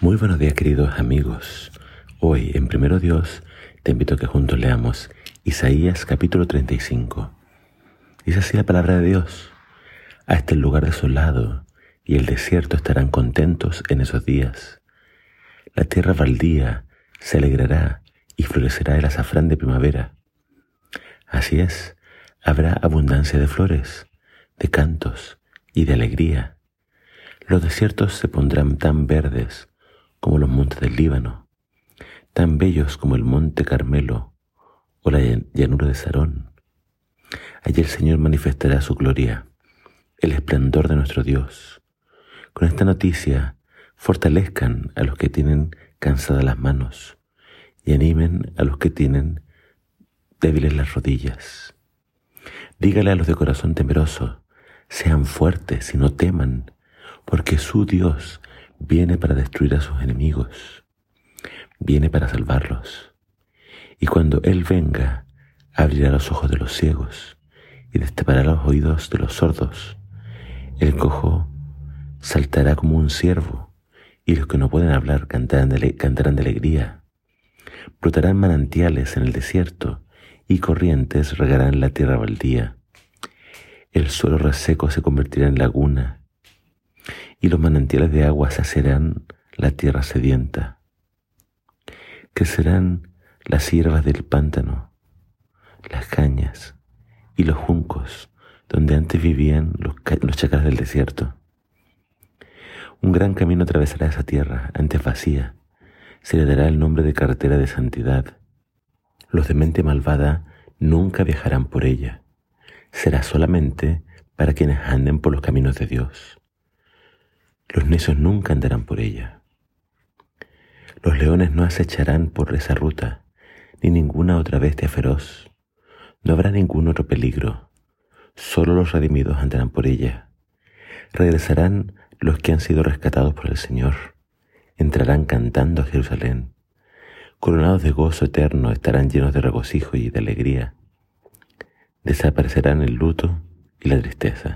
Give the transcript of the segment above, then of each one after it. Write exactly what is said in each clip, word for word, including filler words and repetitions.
Muy buenos días, queridos amigos. Hoy, en Primero Dios, te invito a que juntos leamos Isaías capítulo treinta y cinco. Dice así la palabra de Dios: hasta el lugar desolado y el desierto estarán contentos en esos días. La tierra baldía se alegrará y florecerá el azafrán de primavera. Así es, habrá abundancia de flores, de cantos y de alegría. Los desiertos se pondrán tan verdes como los montes del Líbano, tan bellos como el monte Carmelo o la llanura de Sarón. Allí el Señor manifestará su gloria, el esplendor de nuestro Dios. Con esta noticia, fortalezcan a los que tienen cansadas las manos y animen a los que tienen débiles las rodillas. Dígale a los de corazón temeroso: sean fuertes y no teman, porque su Dios viene para destruir a sus enemigos, viene para salvarlos. Y cuando Él venga, abrirá los ojos de los ciegos y destapará los oídos de los sordos. El cojo saltará como un ciervo, y los que no pueden hablar cantarán de, cantarán de alegría. Brotarán manantiales en el desierto, y corrientes regarán la tierra baldía. El suelo reseco se convertirá en laguna, y los manantiales de agua saciarán la tierra sedienta. Crecerán las hierbas del pántano, las cañas y los juncos, donde antes vivían los, los chacales del desierto. Un gran camino atravesará esa tierra, antes vacía. Se le dará el nombre de carretera de santidad. Los de mente malvada nunca viajarán por ella. Será solamente para quienes anden por los caminos de Dios. Los necios nunca andarán por ella. Los leones no acecharán por esa ruta, ni ninguna otra bestia feroz. No habrá ningún otro peligro. Solo los redimidos andarán por ella. Regresarán los que han sido rescatados por el Señor. Entrarán cantando a Jerusalén. Coronados de gozo eterno, estarán llenos de regocijo y de alegría. Desaparecerán el luto y la tristeza.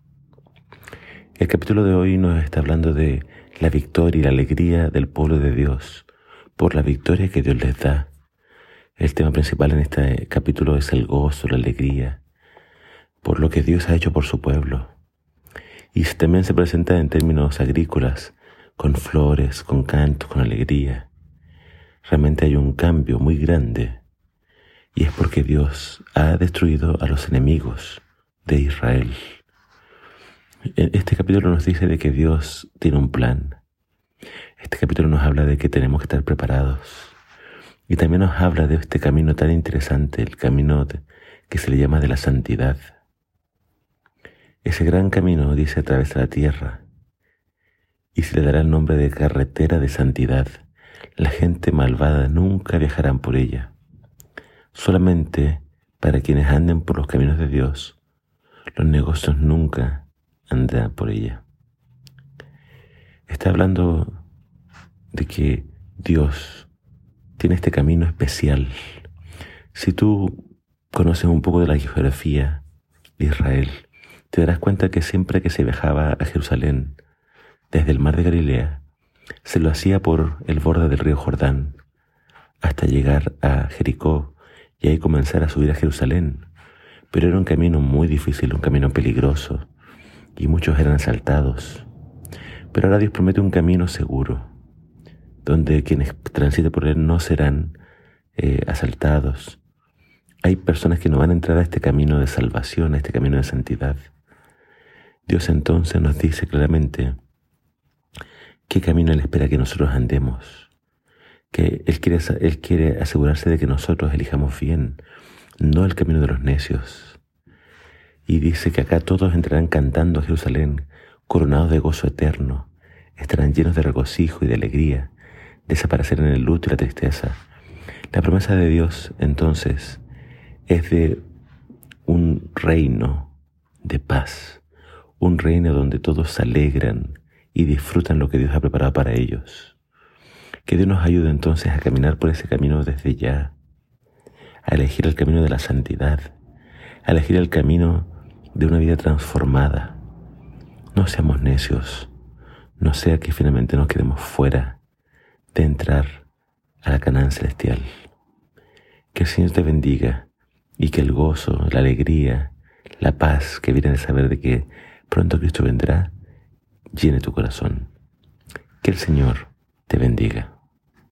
El capítulo de hoy nos está hablando de la victoria y la alegría del pueblo de Dios por la victoria que Dios les da. El tema principal en este capítulo es el gozo, la alegría, por lo que Dios ha hecho por su pueblo. Y también se presenta en términos agrícolas, con flores, con cantos, con alegría. Realmente hay un cambio muy grande, y es porque Dios ha destruido a los enemigos de Israel. Este capítulo nos dice de que Dios tiene un plan. Este capítulo nos habla de que tenemos que estar preparados. Y también nos habla de este camino tan interesante, el camino de, que se le llama de la santidad. Ese gran camino, dice, atraviesa la tierra y se le dará el nombre de carretera de santidad. La gente malvada nunca viajarán por ella. Solamente para quienes anden por los caminos de Dios, los negocios nunca andarán por ella. Está hablando de que Dios tiene este camino especial. Si tú conoces un poco de la geografía de Israel, te darás cuenta que siempre que se viajaba a Jerusalén, desde el mar de Galilea, se lo hacía por el borde del río Jordán, hasta llegar a Jericó y ahí comenzar a subir a Jerusalén. Pero era un camino muy difícil, un camino peligroso, y muchos eran asaltados. Pero ahora Dios promete un camino seguro, donde quienes transiten por él no serán eh, asaltados. Hay personas que no van a entrar a este camino de salvación, a este camino de santidad. Dios entonces nos dice claramente qué camino Él espera que nosotros andemos, que Él quiere, Él quiere asegurarse de que nosotros elijamos bien, no el camino de los necios. Y dice que acá todos entrarán cantando a Jerusalén, coronados de gozo eterno, estarán llenos de regocijo y de alegría, desaparecerán el luto y la tristeza. La promesa de Dios, entonces, es de un reino de paz, un reino donde todos se alegran y disfrutan lo que Dios ha preparado para ellos. Que Dios nos ayude entonces a caminar por ese camino desde ya, a elegir el camino de la santidad, a elegir el camino de una vida transformada. No seamos necios, no sea que finalmente nos quedemos fuera de entrar a la Canaán celestial. Que el Señor te bendiga y que el gozo, la alegría, la paz que viene de saber de que pronto Cristo vendrá, llene tu corazón. Que el Señor te bendiga.